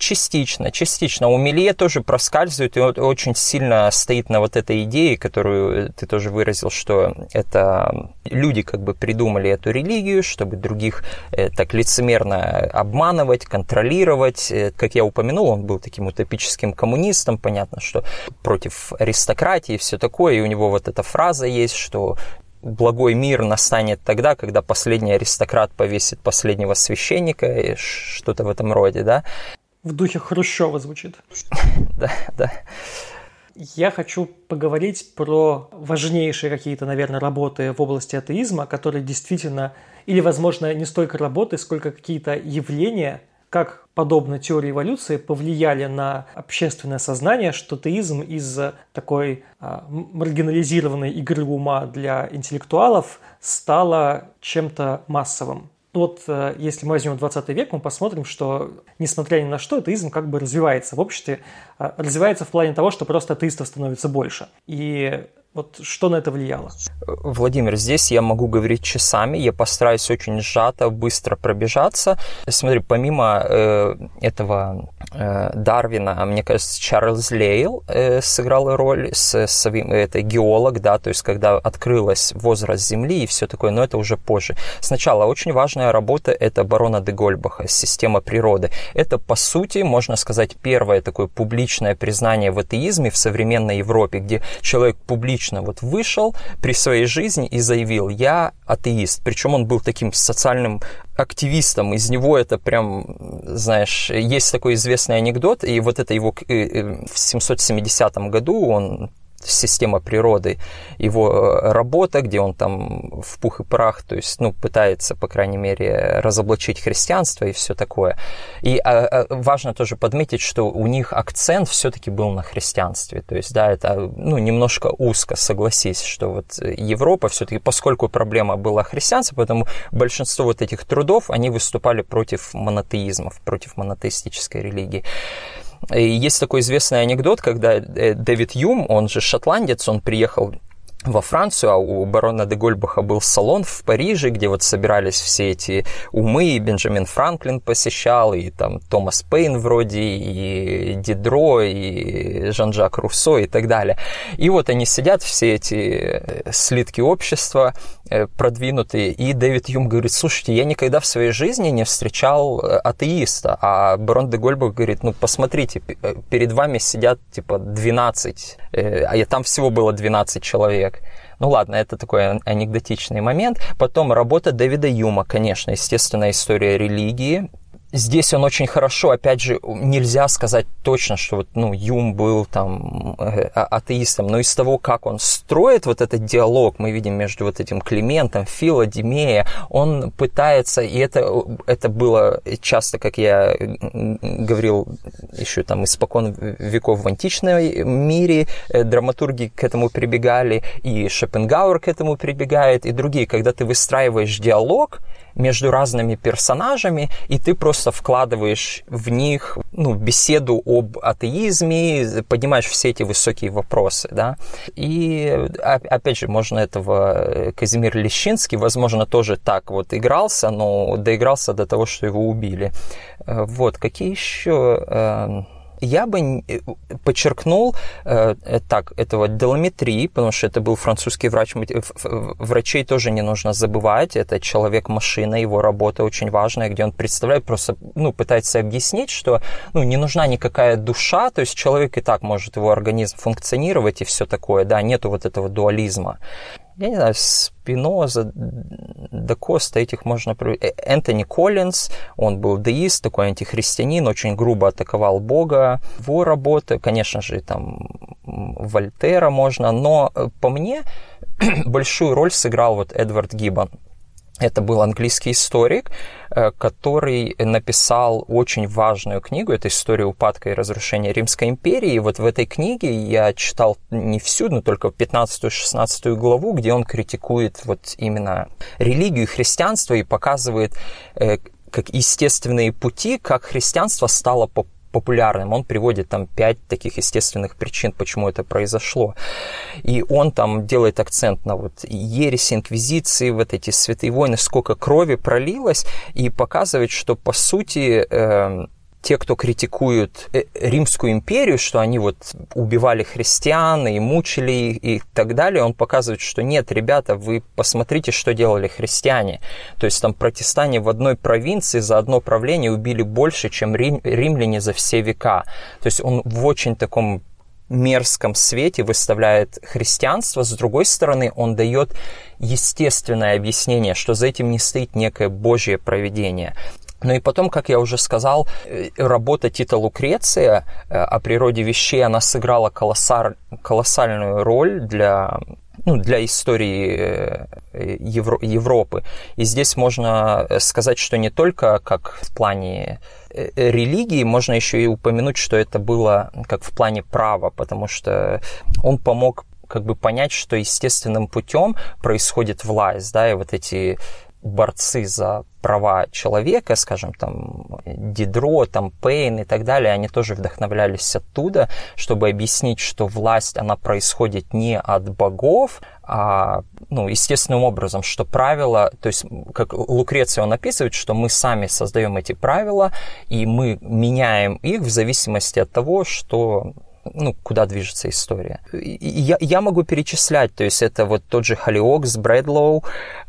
Частично. У Мелье тоже проскальзывает, и он очень сильно стоит на вот этой идее, которую ты тоже выразил, что это люди как бы придумали эту религию, чтобы других так лицемерно обманывать, контролировать. Как я упомянул, он был таким утопическим коммунистом, понятно, что против аристократии и все такое, и у него вот эта фраза есть, что благой мир настанет тогда, когда последний аристократ повесит последнего священника, и что-то в этом роде, да?
В духе Хрущева звучит.
Да.
Я хочу поговорить про важнейшие какие-то, наверное, работы в области атеизма, которые действительно, или, возможно, не столько работы, сколько какие-то явления, как, подобно теории эволюции, повлияли на общественное сознание, что атеизм из такой маргинализированной игры ума для интеллектуалов стало чем-то массовым. Если мы возьмем 20 век, мы посмотрим, что, несмотря ни на что, атеизм как бы развивается в обществе, развивается в плане того, что просто атеистов становится больше. И что на это влияло?
Владимир, здесь я могу говорить часами, я постараюсь очень сжато, быстро пробежаться. Смотри, помимо этого Дарвина, мне кажется, Чарльз Лейл сыграл роль, это геолог, да, то есть когда открылась возраст Земли и все такое, но это уже позже. Сначала очень важная работа — это барона де Гольбаха, «Система природы». Это, по сути, можно сказать, первое такое публичное признание в атеизме в современной Европе, где человек публично вышел при своей жизни и заявил: «Я атеист». Причем он был таким социальным активистом. Из него это прям, знаешь, есть такой известный анекдот, и вот это его в 770 году он «Система природы», его работа, где он там в пух и прах, то есть, пытается, по крайней мере, разоблачить христианство и все такое. И важно тоже подметить, что у них акцент все-таки был на христианстве. То есть, да, это, немножко узко, согласись, что Европа все-таки, поскольку проблема была христианство, поэтому большинство этих трудов, они выступали против монотеизмов, против монотеистической религии. И есть такой известный анекдот, когда Дэвид Юм, он же шотландец, он приехал во Францию, а у барона де Гольбаха был салон в Париже, где вот собирались все эти умы, и Бенджамин Франклин посещал, и там Томас Пейн вроде, и Дидро, и Жан-Жак Руссо и так далее. И вот они сидят, все эти слитки общества продвинутые, и Дэвид Юм говорит: слушайте, я никогда в своей жизни не встречал атеиста, а барон де Гольбах говорит: ну, посмотрите, перед вами сидят, типа, 12, а там всего было 12 человек. Ну ладно, это такой анекдотичный момент. Потом работа Дэвида Юма, конечно, естественно, история религии. Здесь он очень хорошо, опять же, нельзя сказать точно, что вот, ну, Юм был там атеистом, но из того, как он строит вот этот диалог, мы видим между вот этим Климентом, Фило, Димея, он пытается, и это было часто, как я говорил, еще там испокон веков в античном мире, драматурги к этому прибегали, и Шопенгауэр к этому прибегает, и другие, когда ты выстраиваешь диалог между разными персонажами, и ты просто вкладываешь в них, ну, беседу об атеизме, поднимаешь все эти высокие вопросы, да. И, опять же, можно этого Казимир Лещинский, возможно, тоже так вот игрался, но доигрался до того, что его убили. Вот, какие еще... Я бы подчеркнул этого Деламетри, потому что это был французский врач. Врачей тоже не нужно забывать. Это человек-машина, его работа очень важная, где он представляет, просто, ну, пытается объяснить, что, ну, не нужна никакая душа, то есть человек и так может, его организм функционировать и все такое, да, нету вот этого дуализма. Я не знаю, Спиноза, да Коста, этих можно... Энтони Коллинз, он был деист, такой антихристианин, очень грубо атаковал Бога. Его работы, конечно же, там Вольтера можно, но по мне большую роль сыграл вот Эдвард Гиббон. Это был английский историк, который написал очень важную книгу. Это «История упадка и разрушения Римской империи». И вот в этой книге я читал не всю, но только 15-16 главу, где он критикует вот именно религию и христианство и показывает как естественные пути, как христианство стало популярным. Он приводит там 5 таких естественных причин, почему это произошло. И он там делает акцент на вот ереси, инквизиции, вот эти святые войны, сколько крови пролилось, и показывает, что по сути те, кто критикуют Римскую империю, что они вот убивали христиан и мучили их и так далее, он показывает, что нет, ребята, вы посмотрите, что делали христиане. То есть там протестане в одной провинции за одно правление убили больше, чем римляне за все века. То есть он в очень таком мерзком свете выставляет христианство. С другой стороны, он дает естественное объяснение, что за этим не стоит некое божье провидение. Ну и потом, как я уже сказал, работа Тита Лукреция о природе вещей, она сыграла колоссальную роль для истории Европы. И здесь можно сказать, что не только как в плане религии, можно еще и упомянуть, что это было как в плане права, потому что он помог как бы понять, что естественным путем происходит власть, да, и вот эти борцы за права человека, скажем, там, Дидро, там, Пейн и так далее, они тоже вдохновлялись оттуда, чтобы объяснить, что власть, она происходит не от богов, а, ну, естественным образом, что правила, то есть, как Лукреций, он описывает, что мы сами создаем эти правила, и мы меняем их в зависимости от того, что... ну, куда движется история. Я могу перечислять, то есть это вот тот же Холлиокс, Брэдлоу,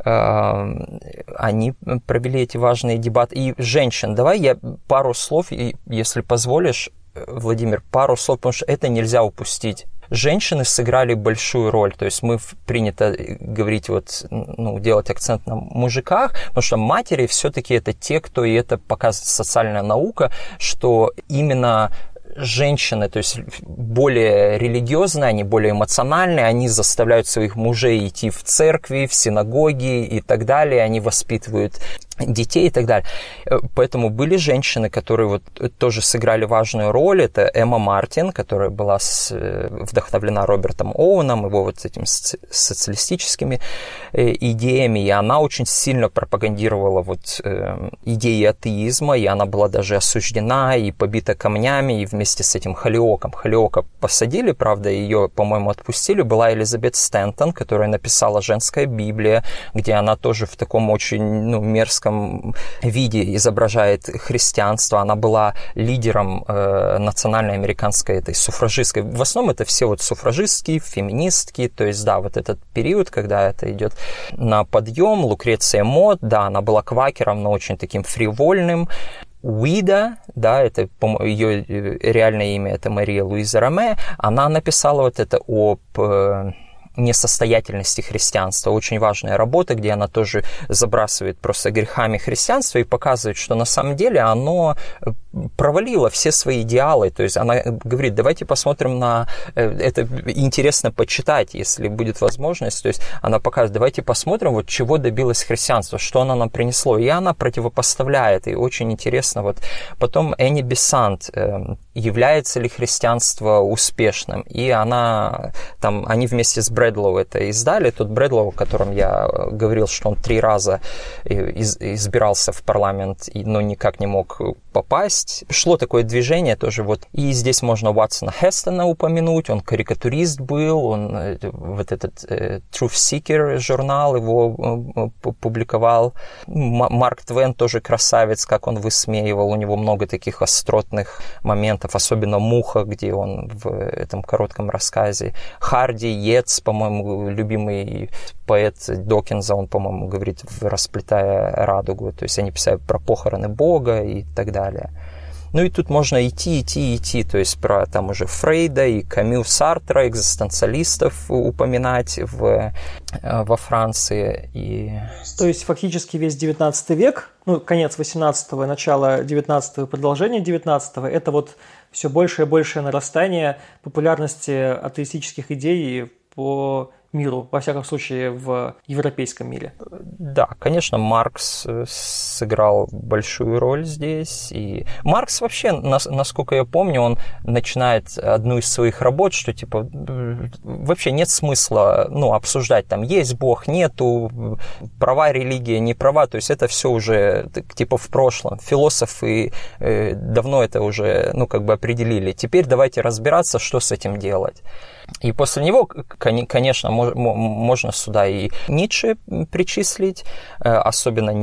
они провели эти важные дебаты. И женщин, давай я пару слов, если позволишь, Владимир, пару слов, потому что это нельзя упустить. Женщины сыграли большую роль, то есть мы принято говорить вот, ну, делать акцент на мужиках, потому что матери все-таки это те, кто, и это показывает социальная наука, что именно женщины, то есть более религиозные, они более эмоциональные, они заставляют своих мужей идти в церкви, в синагоги и так далее, они воспитывают детей и так далее. Поэтому были женщины, которые вот тоже сыграли важную роль. Это Эмма Мартин, которая была вдохновлена Робертом Оуэном, его вот этими социалистическими идеями, и она очень сильно пропагандировала вот идеи атеизма, и она была даже осуждена и побита камнями, и вместе с этим Холиока посадили, правда, ее, по-моему, отпустили. Была Элизабет Стэнтон, которая написала «Женская Библия», где она тоже в таком очень мерзком виде изображает христианство. Она была лидером национальной американской этой суфражистской. В основном это все вот суфражистки, феминистки, то есть, да, вот этот период, когда это идет на подъем. Лукреция Мott, да, она была квакером, но очень таким фривольным. Уида, да, это ее реальное имя, это Мария Луиза Роме, она написала вот это об несостоятельности христианства. Очень важная работа, где она тоже забрасывает просто грехами христианства и показывает, что на самом деле оно провалило все свои идеалы. То есть она говорит, давайте посмотрим на... Это интересно почитать, если будет возможность. То есть она показывает, давайте посмотрим, вот чего добилось христианство, что оно нам принесло. И она противопоставляет, и очень интересно. Вот. Потом Энни Бесант, является ли христианство успешным. И она, там, они вместе с Брэдлоу это издали. Тот Брэдлоу, о котором я говорил, что он 3 раза избирался в парламент, но никак не мог попасть. Шло такое движение тоже. Вот. И здесь можно Уотсона Хестона упомянуть. Он карикатурист был. Он вот этот Truth Seeker журнал его публиковал. Марк Твен тоже красавец, как он высмеивал. У него много таких остротных моментов, особенно «Муха», где он в этом коротком рассказе. Харди Йетс, по-моему, любимый поэт Докинза, он, по-моему, говорит, «Расплетая радугу». То есть они писали про похороны Бога и так далее. Ну и тут можно идти, то есть про там уже Фрейда и Камю, Сартра, экзистенциалистов упоминать во Франции. И...
То есть фактически весь 19 век, конец 18-го, начало 19-го, продолжение 19-го, это вот все большее и большее нарастание популярности атеистических идей по миру, во всяком случае, в европейском мире.
Да, конечно, Маркс сыграл большую роль здесь. И Маркс вообще, насколько я помню, он начинает одну из своих работ, что типа вообще нет смысла обсуждать, там есть Бог, нету, права религия, не права, то есть это все уже типа в прошлом. Философы давно это уже определили. Теперь давайте разбираться, что с этим делать. И после него, конечно, можно сюда и Ницше причислить, особенно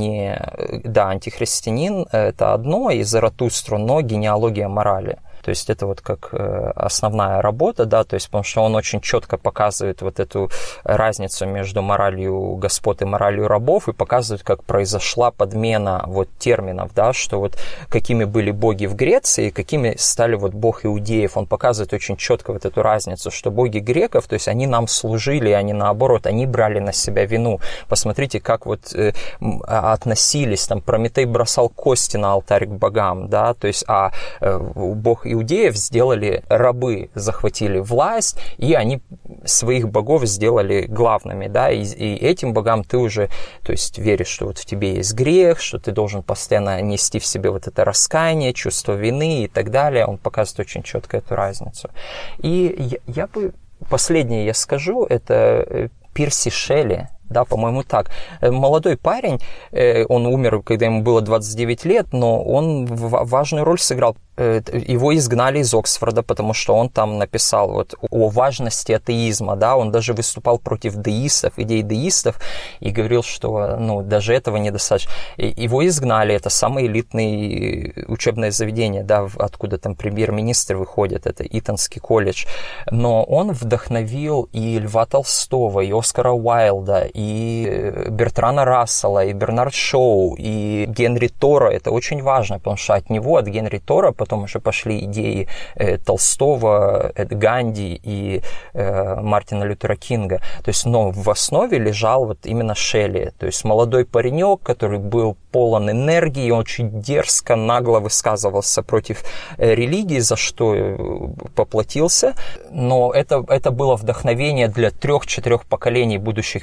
антихристианин, это одно, и Заратустру, но генеалогия морали. То есть это вот как основная работа, да, то есть потому что он очень четко показывает вот эту разницу между моралью господ и моралью рабов и показывает, как произошла подмена вот терминов, да, что вот какими были боги в Греции, какими стали вот бог иудеев. Он показывает очень четко вот эту разницу, что боги греков, то есть они нам служили, они наоборот, они брали на себя вину. Посмотрите, как вот относились, там Прометей бросал кости на алтарь к богам, да, то есть, бог иудеев сделали рабы, захватили власть, и они своих богов сделали главными, да, и этим богам ты уже, то есть, веришь, что вот в тебе есть грех, что ты должен постоянно нести в себе вот это раскаяние, чувство вины и так далее. Он показывает очень четко эту разницу. И последнее я скажу, это Перси Шелли. Да, по-моему, так. Молодой парень, он умер, когда ему было 29 лет, но он важную роль сыграл. Его изгнали из Оксфорда, потому что он там написал вот о важности атеизма, да, он даже выступал против деистов, идей деистов, и говорил, что, даже этого недостаточно. Его изгнали, это самое элитное учебное заведение, да, откуда там премьер-министр выходит, это Итонский колледж. Но он вдохновил и Льва Толстого, и Оскара Уайлда, и Бертрана Рассела, и Бернард Шоу, и Генри Тора. Это очень важно, потому что от него, от Генри Тора, потом уже пошли идеи Толстого, Ганди и Мартина Лютера Кинга. То есть, но в основе лежал вот именно Шелли. То есть молодой паренек, который был полон энергии, очень дерзко, нагло высказывался против религии, за что поплатился. Но это было вдохновение для 3-4 поколений будущих писателей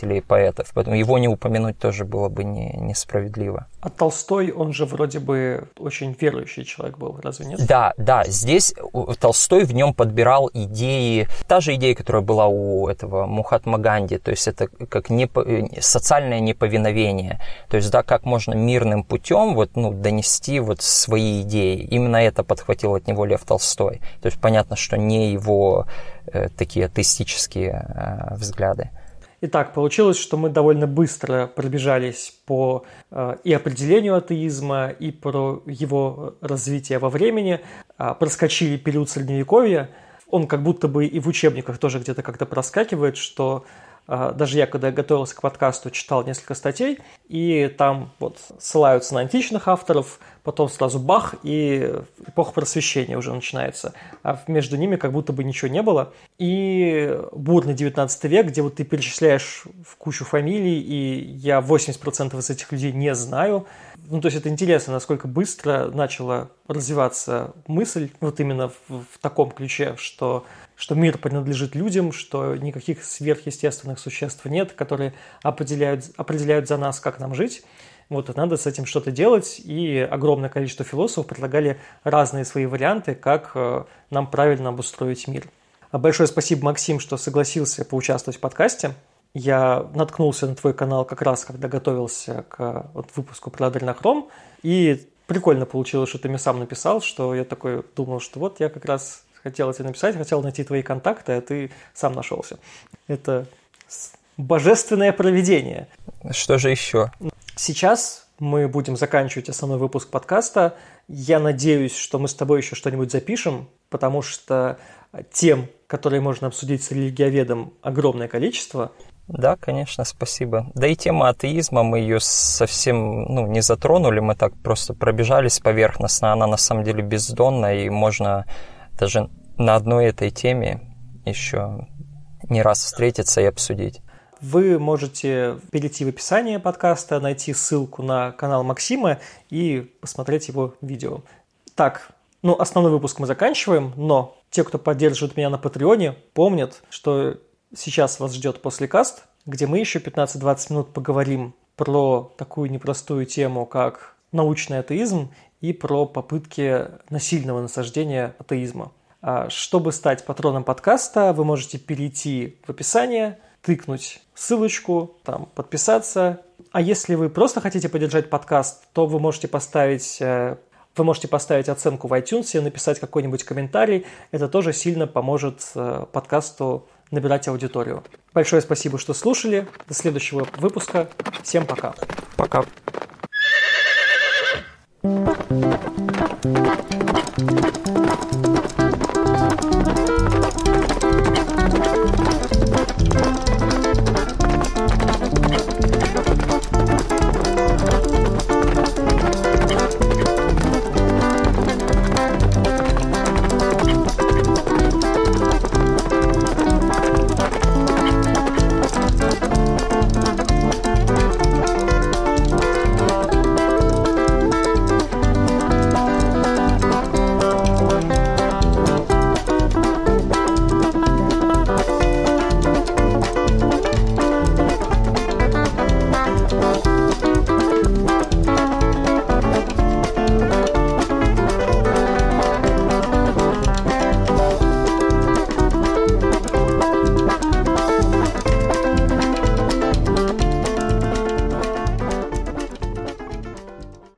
писателей и поэтов, поэтому его не упомянуть тоже было бы несправедливо.
А Толстой, он же вроде бы очень верующий человек был, разве нет?
Да, здесь Толстой в нем подбирал идеи, та же идея, которая была у этого Махатмы Ганди, то есть это как социальное неповиновение, то есть, да, как можно мирным путем донести свои идеи. Именно это подхватил от него Лев Толстой. То есть понятно, что не его такие атеистические взгляды.
Итак, получилось, что мы довольно быстро пробежались по и определению атеизма, и про его развитие во времени, проскочили период Средневековья. Он как будто бы и в учебниках тоже где-то как-то проскакивает, что даже я, когда готовился к подкасту, читал несколько статей, и там ссылаются на античных авторов, потом сразу бах, и эпоха Просвещения уже начинается. А между ними как будто бы ничего не было. И бурный 19 век, где ты перечисляешь в кучу фамилий, и я 80% из этих людей не знаю. То есть это интересно, насколько быстро начала развиваться мысль, именно в таком ключе, что мир принадлежит людям, что никаких сверхъестественных существ нет, которые определяют за нас, как нам жить. И надо с этим что-то делать, и огромное количество философов предлагали разные свои варианты, как нам правильно обустроить мир. Большое спасибо, Максим, что согласился поучаствовать в подкасте. Я наткнулся на твой канал как раз, когда готовился к выпуску про адренохром, и прикольно получилось, что ты мне сам написал, что я такой думал, что я как раз хотел тебе написать, хотел найти твои контакты, а ты сам нашелся. Это божественное провидение.
Что же еще?
Сейчас мы будем заканчивать основной выпуск подкаста. Я надеюсь, что мы с тобой еще что-нибудь запишем, потому что тем, которые можно обсудить с религиоведом, огромное количество.
Да, конечно, спасибо. Да и тема атеизма, мы ее совсем не затронули, мы так просто пробежались поверхностно, она на самом деле бездонна, и можно даже на одной этой теме еще не раз встретиться и обсудить.
Вы можете перейти в описание подкаста, найти ссылку на канал Максима и посмотреть его видео. Так, основной выпуск мы заканчиваем, но те, кто поддерживает меня на Патреоне, помнят, что сейчас вас ждет послекаст, где мы еще 15-20 минут поговорим про такую непростую тему, как научный атеизм, и про попытки насильного насаждения атеизма. Чтобы стать патроном подкаста, вы можете перейти в описание, тыкнуть ссылочку, там подписаться. А если вы просто хотите поддержать подкаст, то вы можете поставить оценку в iTunes, написать какой-нибудь комментарий. Это тоже сильно поможет подкасту набирать аудиторию. Большое спасибо, что слушали. До следующего выпуска. Всем пока.
Пока.